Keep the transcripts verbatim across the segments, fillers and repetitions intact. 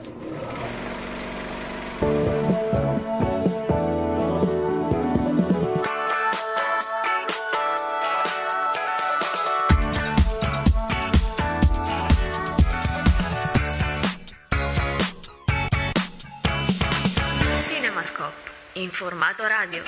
In formato radio.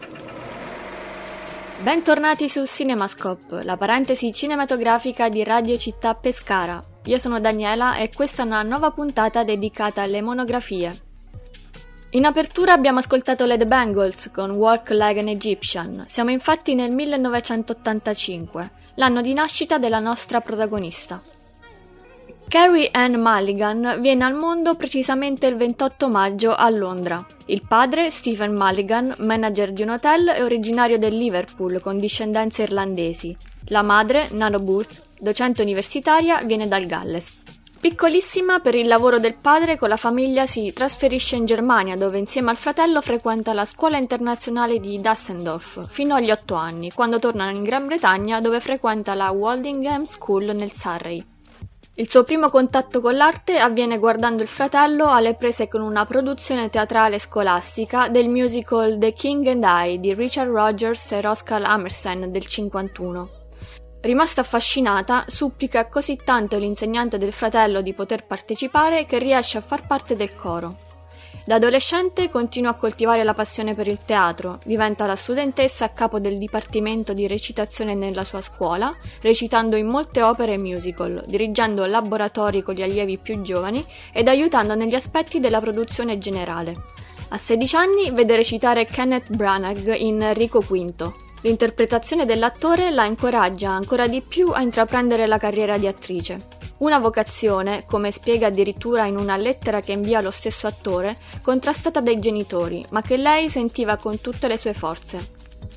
Bentornati su Cinemascope, la parentesi cinematografica di Radio Città Pescara. Io sono Daniela e questa è una nuova puntata dedicata alle monografie. In apertura abbiamo ascoltato le The Bangles con Walk Like an Egyptian. Siamo infatti nel millenovecentottantacinque, l'anno di nascita della nostra protagonista. Carrie Ann Mulligan viene al mondo precisamente il ventotto maggio a Londra. Il padre, Stephen Mulligan, manager di un hotel, è originario del Liverpool con discendenze irlandesi. La madre, Nano Booth, docente universitaria, viene dal Galles. Piccolissima, per il lavoro del padre, con la famiglia si trasferisce in Germania, dove insieme al fratello frequenta la scuola internazionale di Düsseldorf fino agli otto anni, quando torna in Gran Bretagna, dove frequenta la Woldingham School nel Surrey. Il suo primo contatto con l'arte avviene guardando il fratello alle prese con una produzione teatrale scolastica del musical The King and I di Richard Rodgers e Oscar Hammerstein del cinquantuno. Rimasta affascinata, supplica così tanto l'insegnante del fratello di poter partecipare che riesce a far parte del coro. Da adolescente continua a coltivare la passione per il teatro, diventa la studentessa a capo del dipartimento di recitazione nella sua scuola, recitando in molte opere e musical, dirigendo laboratori con gli allievi più giovani ed aiutando negli aspetti della produzione generale. A sedici anni vede recitare Kenneth Branagh in Enrico quinto. L'interpretazione dell'attore la incoraggia ancora di più a intraprendere la carriera di attrice. Una vocazione, come spiega addirittura in una lettera che invia lo stesso attore, contrastata dai genitori, ma che lei sentiva con tutte le sue forze.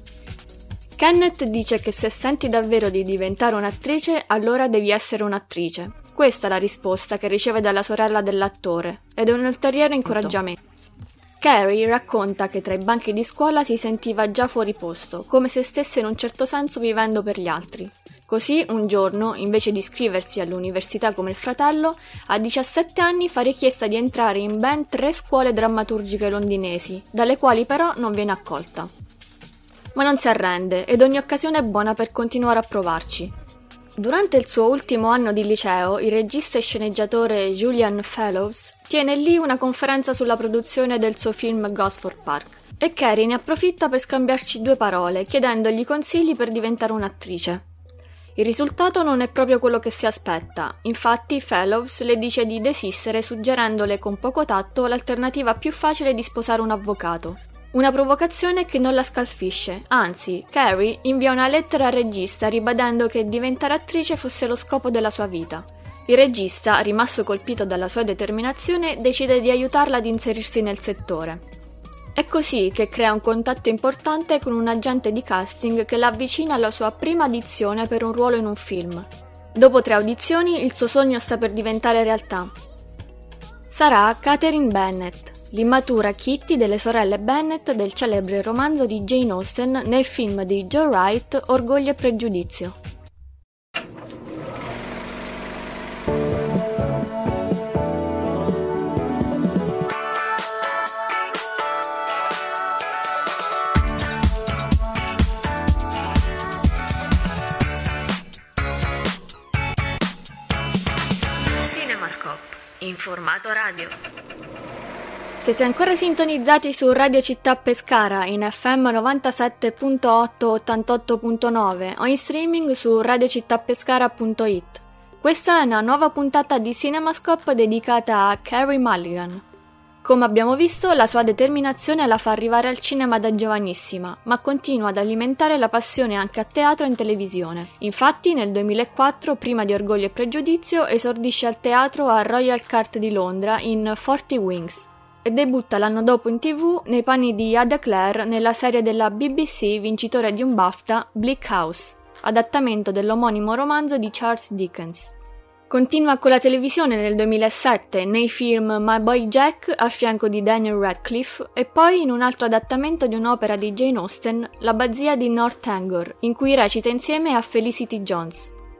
Kenneth dice che se senti davvero di diventare un'attrice, allora devi essere un'attrice. Questa è la risposta che riceve dalla sorella dell'attore, ed è un ulteriore incoraggiamento. Carrie racconta che tra i banchi di scuola si sentiva già fuori posto, come se stesse in un certo senso vivendo per gli altri. Così, un giorno, invece di iscriversi all'università come il fratello, a diciassette anni fa richiesta di entrare in ben tre scuole drammaturgiche londinesi, dalle quali però non viene accolta. Ma non si arrende, ed ogni occasione è buona per continuare a provarci. Durante il suo ultimo anno di liceo, il regista e sceneggiatore Julian Fellowes tiene lì una conferenza sulla produzione del suo film Gosford Park, e Carrie ne approfitta per scambiarci due parole, chiedendogli consigli per diventare un'attrice. Il risultato non è proprio quello che si aspetta, infatti Fellowes le dice di desistere suggerendole con poco tatto l'alternativa più facile di sposare un avvocato. Una provocazione che non la scalfisce, anzi, Carrie invia una lettera al regista ribadendo che diventare attrice fosse lo scopo della sua vita. Il regista, rimasto colpito dalla sua determinazione, decide di aiutarla ad inserirsi nel settore. È così che crea un contatto importante con un agente di casting che la avvicina alla sua prima audizione per un ruolo in un film. Dopo tre audizioni, il suo sogno sta per diventare realtà. Sarà Catherine Bennett, l'immatura Kitty delle sorelle Bennett del celebre romanzo di Jane Austen nel film di Joe Wright Orgoglio e Pregiudizio. In formato radio. Siete ancora sintonizzati su Radio Città Pescara in F M novantasette virgola otto ottantotto virgola nove o in streaming su radiocittapescara punto it. Questa è una nuova puntata di Cinemascope dedicata a Carrie Mulligan. Come abbiamo visto, la sua determinazione la fa arrivare al cinema da giovanissima, ma continua ad alimentare la passione anche a teatro e in televisione. Infatti, nel duemilaquattro, prima di Orgoglio e Pregiudizio, esordisce al teatro a Royal Court di Londra in Forty Wings e debutta l'anno dopo in tivù nei panni di Ada Clare nella serie della B B C vincitore di un BAFTA, Bleak House, adattamento dell'omonimo romanzo di Charles Dickens. Continua con la televisione nel duemilasette nei film My Boy Jack a fianco di Daniel Radcliffe e poi in un altro adattamento di un'opera di Jane Austen, L'abbazia di Northanger, in cui recita insieme a Felicity Jones.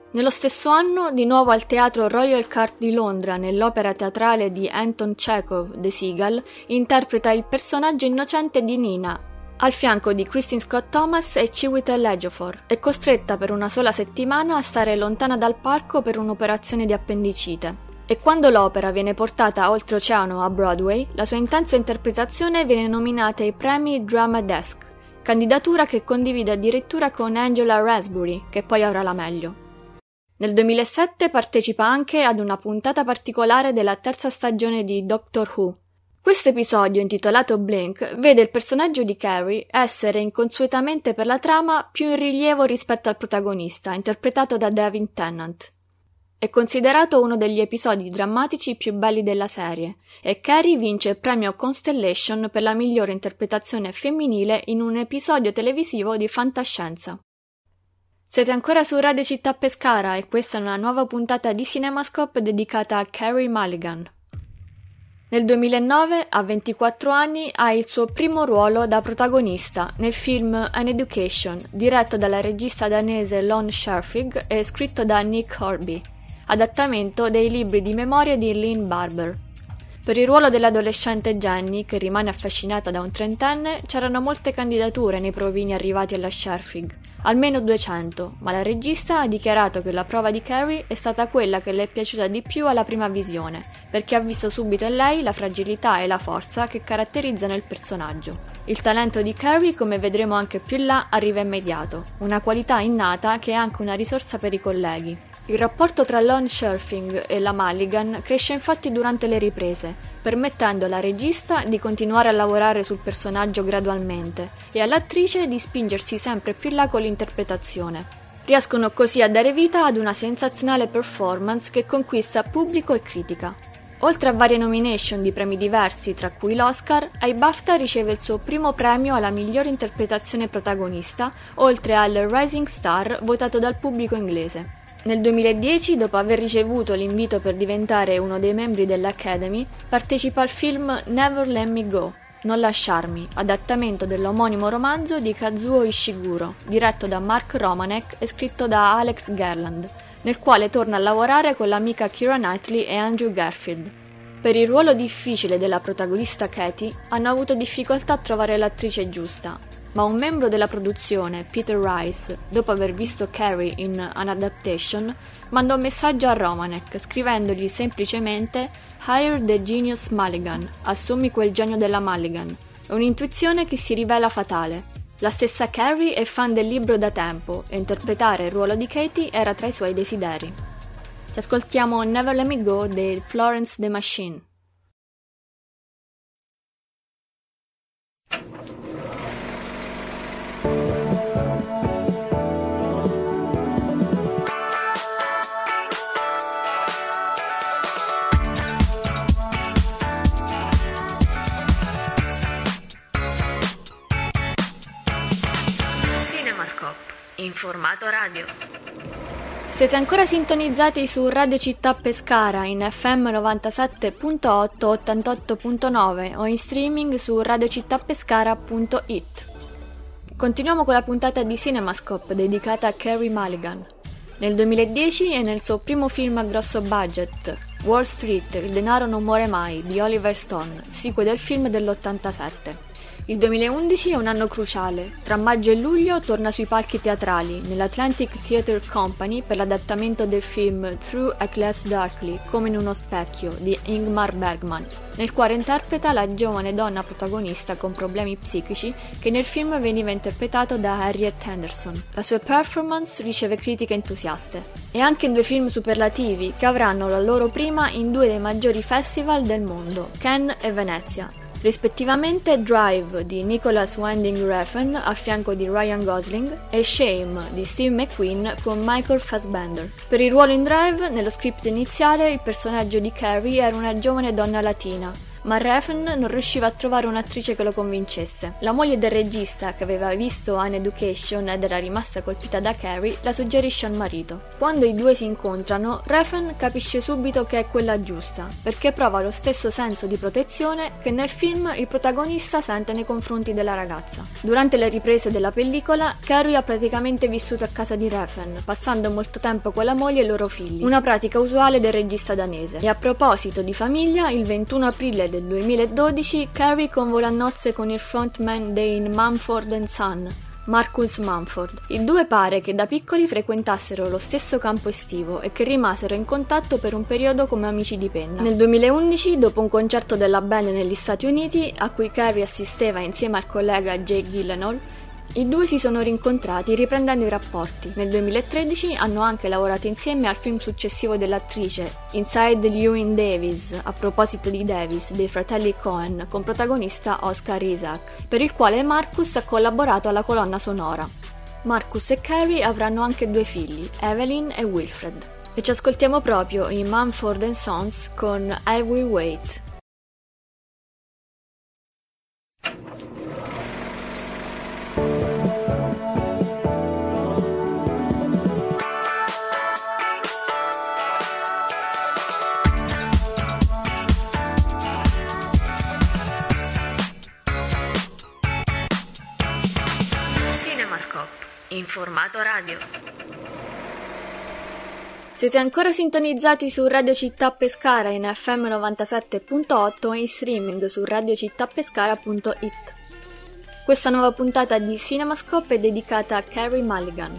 Nello stesso anno, di nuovo al Teatro Royal Court di Londra, nell'opera teatrale di Anton Chekhov, The Seagull, interpreta il personaggio innocente di Nina, al fianco di Kristin Scott Thomas e Chiwetel Ejiofor. È costretta per una sola settimana a stare lontana dal palco per un'operazione di appendicite. E quando l'opera viene portata oltreoceano a Broadway, la sua intensa interpretazione viene nominata ai premi Drama Desk, candidatura che condivide addirittura con Angela Lansbury, che poi avrà la meglio. Nel duemilasette partecipa anche ad una puntata particolare della terza stagione di Doctor Who. Questo episodio, intitolato Blink, vede il personaggio di Carrie essere inconsuetamente per la trama più in rilievo rispetto al protagonista, interpretato da David Tennant. È considerato uno degli episodi drammatici più belli della serie e Carrie vince il premio Constellation per la migliore interpretazione femminile in un episodio televisivo di fantascienza. Siete ancora su Radio Città Pescara e questa è una nuova puntata di Cinemascope dedicata a Carey Mulligan. Nel duemilanove, a ventiquattro anni, ha il suo primo ruolo da protagonista nel film An Education, diretto dalla regista danese Lone Scherfig e scritto da Nick Hornby, adattamento dei libri di memoria di Lynn Barber. Per il ruolo dell'adolescente Jenny, che rimane affascinata da un trentenne, c'erano molte candidature nei provini arrivati alla Scherfig, almeno duecento, ma la regista ha dichiarato che la prova di Carrie è stata quella che le è piaciuta di più alla prima visione, perché ha visto subito in lei la fragilità e la forza che caratterizzano il personaggio. Il talento di Carrie, come vedremo anche più in là, arriva immediato, una qualità innata che è anche una risorsa per i colleghi. Il rapporto tra Lone Scherfig e la Mulligan cresce infatti durante le riprese, permettendo alla regista di continuare a lavorare sul personaggio gradualmente e all'attrice di spingersi sempre più in là con l'interpretazione. Riescono così a dare vita ad una sensazionale performance che conquista pubblico e critica. Oltre a varie nomination di premi diversi, tra cui l'Oscar, ai BAFTA riceve il suo primo premio alla migliore interpretazione protagonista, oltre al Rising Star votato dal pubblico inglese. Nel duemiladieci, dopo aver ricevuto l'invito per diventare uno dei membri dell'Academy, partecipa al film Never Let Me Go, Non lasciarmi, adattamento dell'omonimo romanzo di Kazuo Ishiguro, diretto da Mark Romanek e scritto da Alex Garland, nel quale torna a lavorare con l'amica Keira Knightley e Andrew Garfield. Per il ruolo difficile della protagonista Katie, hanno avuto difficoltà a trovare l'attrice giusta, ma un membro della produzione, Peter Rice, dopo aver visto Carrie in An Adaptation, mandò un messaggio a Romanek scrivendogli semplicemente "Hire the genius Mulligan", assumi quel genio della Mulligan, un'intuizione che si rivela fatale. La stessa Carrie è fan del libro da tempo e interpretare il ruolo di Katie era tra i suoi desideri. Ci ascoltiamo Never Let Me Go dei Florence the Machine. In formato radio. Siete ancora sintonizzati su Radio Città Pescara in F M novantasette virgola otto, ottantotto virgola nove o in streaming su radiocittapescara punto it. Continuiamo con la puntata di Cinemascope dedicata a Carey Mulligan. Nel duemiladieci e nel suo primo film a grosso budget, Wall Street, il denaro non muore mai, di Oliver Stone, sequel del film dell'ottantasette. Il duemilaundici è un anno cruciale. Tra maggio e luglio torna sui palchi teatrali, nell'Atlantic Theatre Company per l'adattamento del film Through a Glass Darkly, come in uno specchio, di Ingmar Bergman, nel quale interpreta la giovane donna protagonista con problemi psichici che nel film veniva interpretato da Harriet Henderson. La sua performance riceve critiche entusiaste. E anche in due film superlativi che avranno la loro prima in due dei maggiori festival del mondo, Cannes e Venezia. Rispettivamente Drive di Nicholas Winding Refn a fianco di Ryan Gosling e Shame di Steve McQueen con Michael Fassbender. Per il ruolo in Drive, nello script iniziale, il personaggio di Carrie era una giovane donna latina, ma Refn non riusciva a trovare un'attrice che lo convincesse. La moglie del regista, che aveva visto An Education ed era rimasta colpita da Carrie, la suggerisce al marito. Quando i due si incontrano, Refn capisce subito che è quella giusta, perché prova lo stesso senso di protezione che nel film il protagonista sente nei confronti della ragazza. Durante le riprese della pellicola, Carrie ha praticamente vissuto a casa di Refn, passando molto tempo con la moglie e i loro figli, una pratica usuale del regista danese. E a proposito di famiglia, il ventuno aprile del duemiladodici Carrie convola a nozze con il frontman dei Mumford and Son, Marcus Mumford. I due pare che da piccoli frequentassero lo stesso campo estivo e che rimasero in contatto per un periodo come amici di penna. Nel duemilaundici, dopo un concerto della band negli Stati Uniti, a cui Carrie assisteva insieme al collega Jake Gyllenhaal, i due si sono rincontrati riprendendo i rapporti. Nel duemilatredici hanno anche lavorato insieme al film successivo dell'attrice, Inside Llewyn Davis, a proposito di Davis, dei fratelli Coen, con protagonista Oscar Isaac, per il quale Marcus ha collaborato alla colonna sonora. Marcus e Carrie avranno anche due figli, Evelyn e Wilfred. E ci ascoltiamo proprio in Mumford and Sons con I Will Wait. In formato radio. Siete ancora sintonizzati su Radio Città Pescara in F M novantasette punto otto e in streaming su radiocittapescara punto it. Questa nuova puntata di Cinemascope è dedicata a Carey Mulligan.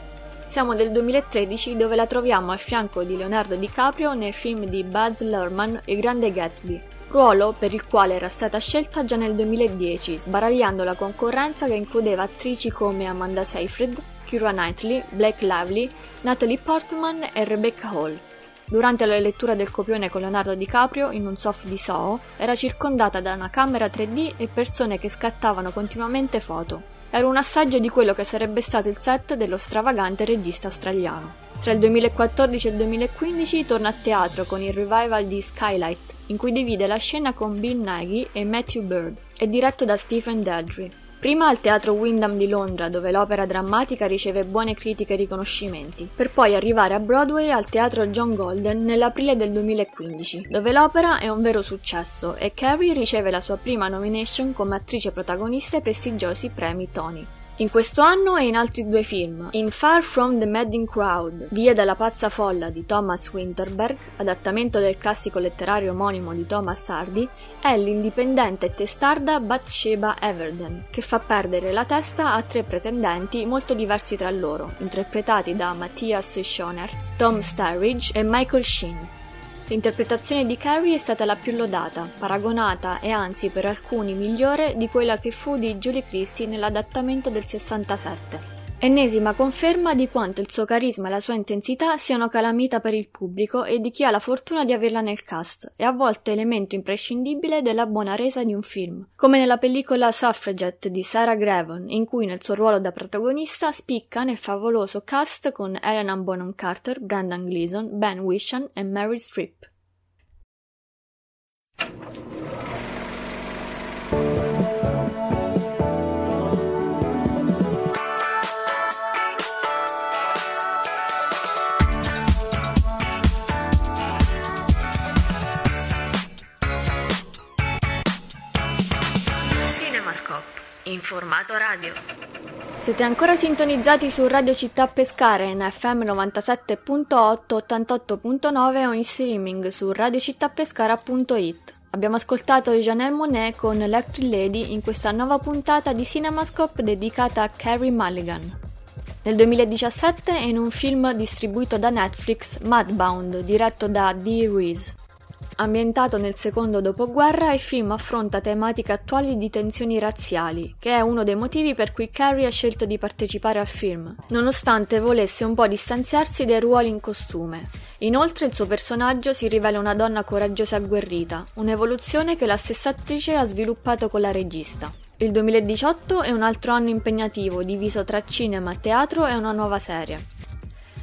Siamo del duemilatredici, dove la troviamo al fianco di Leonardo DiCaprio nel film di Baz Luhrmann Il Grande Gatsby, ruolo per il quale era stata scelta già nel duemiladieci, sbaragliando la concorrenza che includeva attrici come Amanda Seyfried, Keira Knightley, Blake Lively, Natalie Portman e Rebecca Hall. Durante la lettura del copione con Leonardo DiCaprio, in un soft di Soho, era circondata da una camera tre D e persone che scattavano continuamente foto. Era un assaggio di quello che sarebbe stato il set dello stravagante regista australiano. Tra il duemilaquattordici e il duemilaquindici torna a teatro con il revival di Skylight, in cui divide la scena con Bill Nighy e Matthew Bird. È diretto da Stephen Daldry. Prima al Teatro Wyndham di Londra, dove l'opera drammatica riceve buone critiche e riconoscimenti, per poi arrivare a Broadway al Teatro John Golden nell'aprile del duemilaquindici, dove l'opera è un vero successo e Carey riceve la sua prima nomination come attrice protagonista ai prestigiosi premi Tony. In questo anno e in altri due film, in Far From the Madding Crowd, Via dalla pazza folla di Thomas Winterberg, adattamento del classico letterario omonimo di Thomas Hardy, è l'indipendente e testarda Bathsheba Everden, che fa perdere la testa a tre pretendenti molto diversi tra loro, interpretati da Matthias Schoenaerts, Tom Sturridge e Michael Sheen. L'interpretazione di Carey è stata la più lodata, paragonata e anzi per alcuni migliore di quella che fu di Julie Christie nell'adattamento del sessantasette. Ennesima conferma di quanto il suo carisma e la sua intensità siano calamita per il pubblico e di chi ha la fortuna di averla nel cast, e a volte elemento imprescindibile della buona resa di un film, come nella pellicola Suffragette di Sarah Gravon, in cui nel suo ruolo da protagonista spicca nel favoloso cast con Helena Bonham Carter, Brendan Gleeson, Ben Whishaw e Meryl Streep. In formato radio. Siete ancora sintonizzati su Radio Città Pescara in F M novantasette punto otto, ottantotto punto nove o in streaming su radiocittapescara punto it. Abbiamo ascoltato Janelle Monáe con Electric Lady in questa nuova puntata di Cinemascope dedicata a Carey Mulligan. Nel duemiladiciassette è in un film distribuito da Netflix, Mudbound, diretto da Dee Reese. Ambientato nel secondo dopoguerra, il film affronta tematiche attuali di tensioni razziali, che è uno dei motivi per cui Carey ha scelto di partecipare al film, nonostante volesse un po' distanziarsi dai ruoli in costume. Inoltre il suo personaggio si rivela una donna coraggiosa e agguerrita, un'evoluzione che la stessa attrice ha sviluppato con la regista. Il duemiladiciotto è un altro anno impegnativo, diviso tra cinema, teatro e una nuova serie.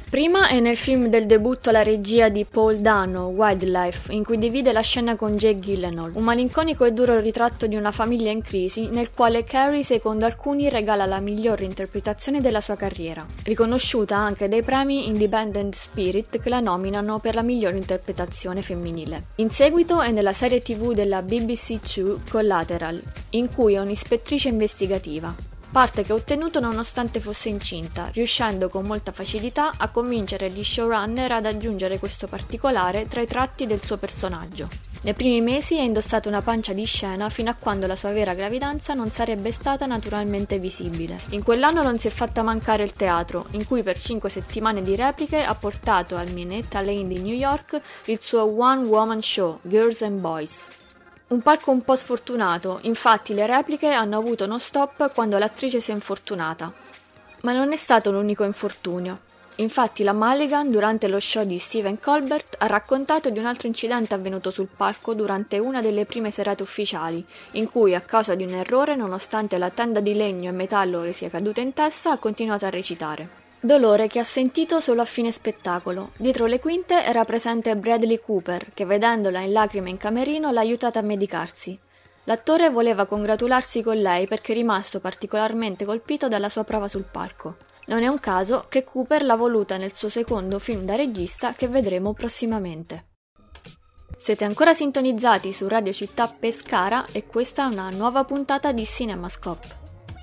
Prima è nel film del debutto alla regia di Paul Dano, Wildlife, in cui divide la scena con Jake Gyllenhaal, un malinconico e duro ritratto di una famiglia in crisi, nel quale Carrie, secondo alcuni, regala la miglior interpretazione della sua carriera, riconosciuta anche dai premi Independent Spirit che la nominano per la miglior interpretazione femminile. In seguito è nella serie tivù della B B C due Collateral, in cui è un'ispettrice investigativa, parte che ha ottenuto nonostante fosse incinta, riuscendo con molta facilità a convincere gli showrunner ad aggiungere questo particolare tra i tratti del suo personaggio. Nei primi mesi ha indossato una pancia di scena fino a quando la sua vera gravidanza non sarebbe stata naturalmente visibile. In quell'anno non si è fatta mancare il teatro, in cui per cinque settimane di repliche ha portato al Minetta Lane di New York il suo One Woman Show, Girls and Boys. Un palco un po' sfortunato, infatti le repliche hanno avuto uno stop quando l'attrice si è infortunata. Ma non è stato l'unico infortunio. Infatti la Mulligan, durante lo show di Stephen Colbert, ha raccontato di un altro incidente avvenuto sul palco durante una delle prime serate ufficiali, in cui a causa di un errore, nonostante la tenda di legno e metallo le sia caduta in testa, ha continuato a recitare. Dolore che ha sentito solo a fine spettacolo. Dietro le quinte era presente Bradley Cooper, che vedendola in lacrime in camerino l'ha aiutata a medicarsi. L'attore voleva congratularsi con lei perché è rimasto particolarmente colpito dalla sua prova sul palco. Non è un caso che Cooper l'ha voluta nel suo secondo film da regista che vedremo prossimamente. Siete ancora sintonizzati su Radio Città Pescara e questa è una nuova puntata di CinemaScope.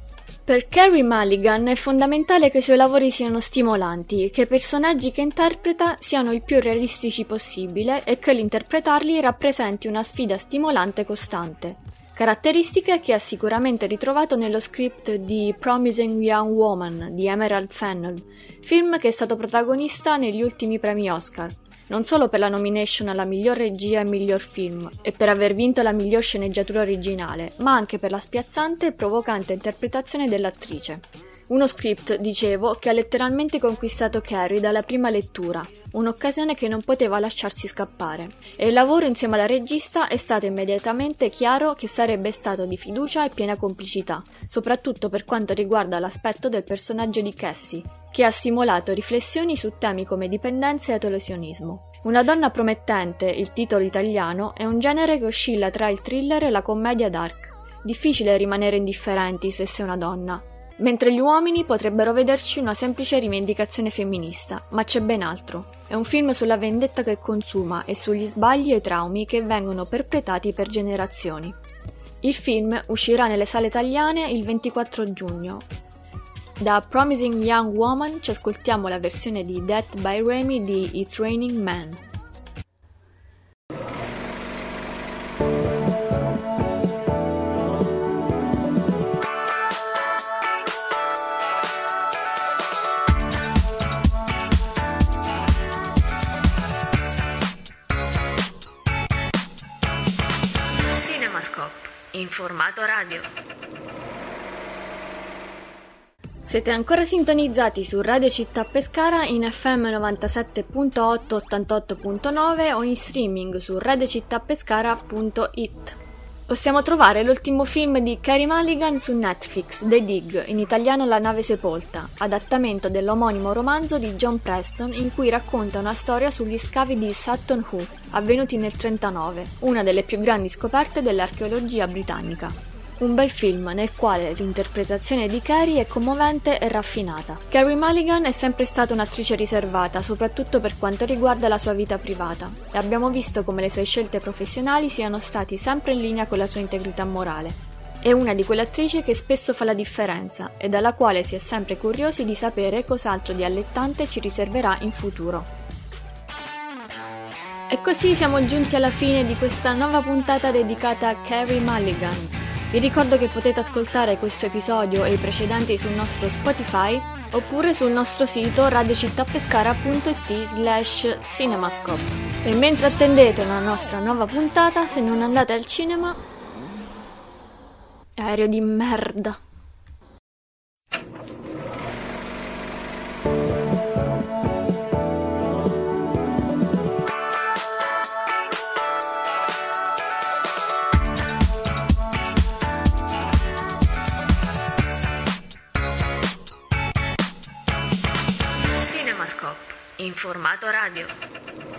Per Carey Mulligan è fondamentale che i suoi lavori siano stimolanti, che i personaggi che interpreta siano il più realistici possibile e che l'interpretarli rappresenti una sfida stimolante costante. Caratteristiche che ha sicuramente ritrovato nello script di Promising Young Woman di Emerald Fennell, film che è stato protagonista negli ultimi premi Oscar, non solo per la nomination alla miglior regia e miglior film, e per aver vinto la miglior sceneggiatura originale, ma anche per la spiazzante e provocante interpretazione dell'attrice. Uno script, dicevo, che ha letteralmente conquistato Carey dalla prima lettura, un'occasione che non poteva lasciarsi scappare, e il lavoro insieme alla regista è stato immediatamente chiaro che sarebbe stato di fiducia e piena complicità, soprattutto per quanto riguarda l'aspetto del personaggio di Cassie, che ha stimolato riflessioni su temi come dipendenza e autolesionismo. Una donna promettente, il titolo italiano, è un genere che oscilla tra il thriller e la commedia dark. Difficile rimanere indifferenti se sei una donna, mentre gli uomini potrebbero vederci una semplice rivendicazione femminista, ma c'è ben altro. È un film sulla vendetta che consuma e sugli sbagli e i traumi che vengono perpetrati per generazioni. Il film uscirà nelle sale italiane il ventiquattro giugno. Da Promising Young Woman ci ascoltiamo la versione di Death by Remy di It's Raining Men. CinemaScope in formato radio. Siete ancora sintonizzati su Radio Città Pescara in F M novantasette punto otto ottantotto punto nove o in streaming su radiocittapescara punto it. Possiamo trovare l'ultimo film di Carey Mulligan su Netflix, The Dig, in italiano La nave sepolta, adattamento dell'omonimo romanzo di John Preston in cui racconta una storia sugli scavi di Sutton Hoo, avvenuti nel trentanove, una delle più grandi scoperte dell'archeologia britannica. Un bel film nel quale l'interpretazione di Carey è commovente e raffinata. Carey Mulligan è sempre stata un'attrice riservata, soprattutto per quanto riguarda la sua vita privata, e abbiamo visto come le sue scelte professionali siano stati sempre in linea con la sua integrità morale. È una di quelle attrici che spesso fa la differenza e dalla quale si è sempre curiosi di sapere cos'altro di allettante ci riserverà in futuro. E così siamo giunti alla fine di questa nuova puntata dedicata a Carey Mulligan. Vi ricordo che potete ascoltare questo episodio e i precedenti sul nostro Spotify oppure sul nostro sito radiocittapescara punto it slash cinemascope. E mentre attendete una nostra nuova puntata, se non andate al cinema... Aereo di merda! CinemaScope Cinemascope in formato radio.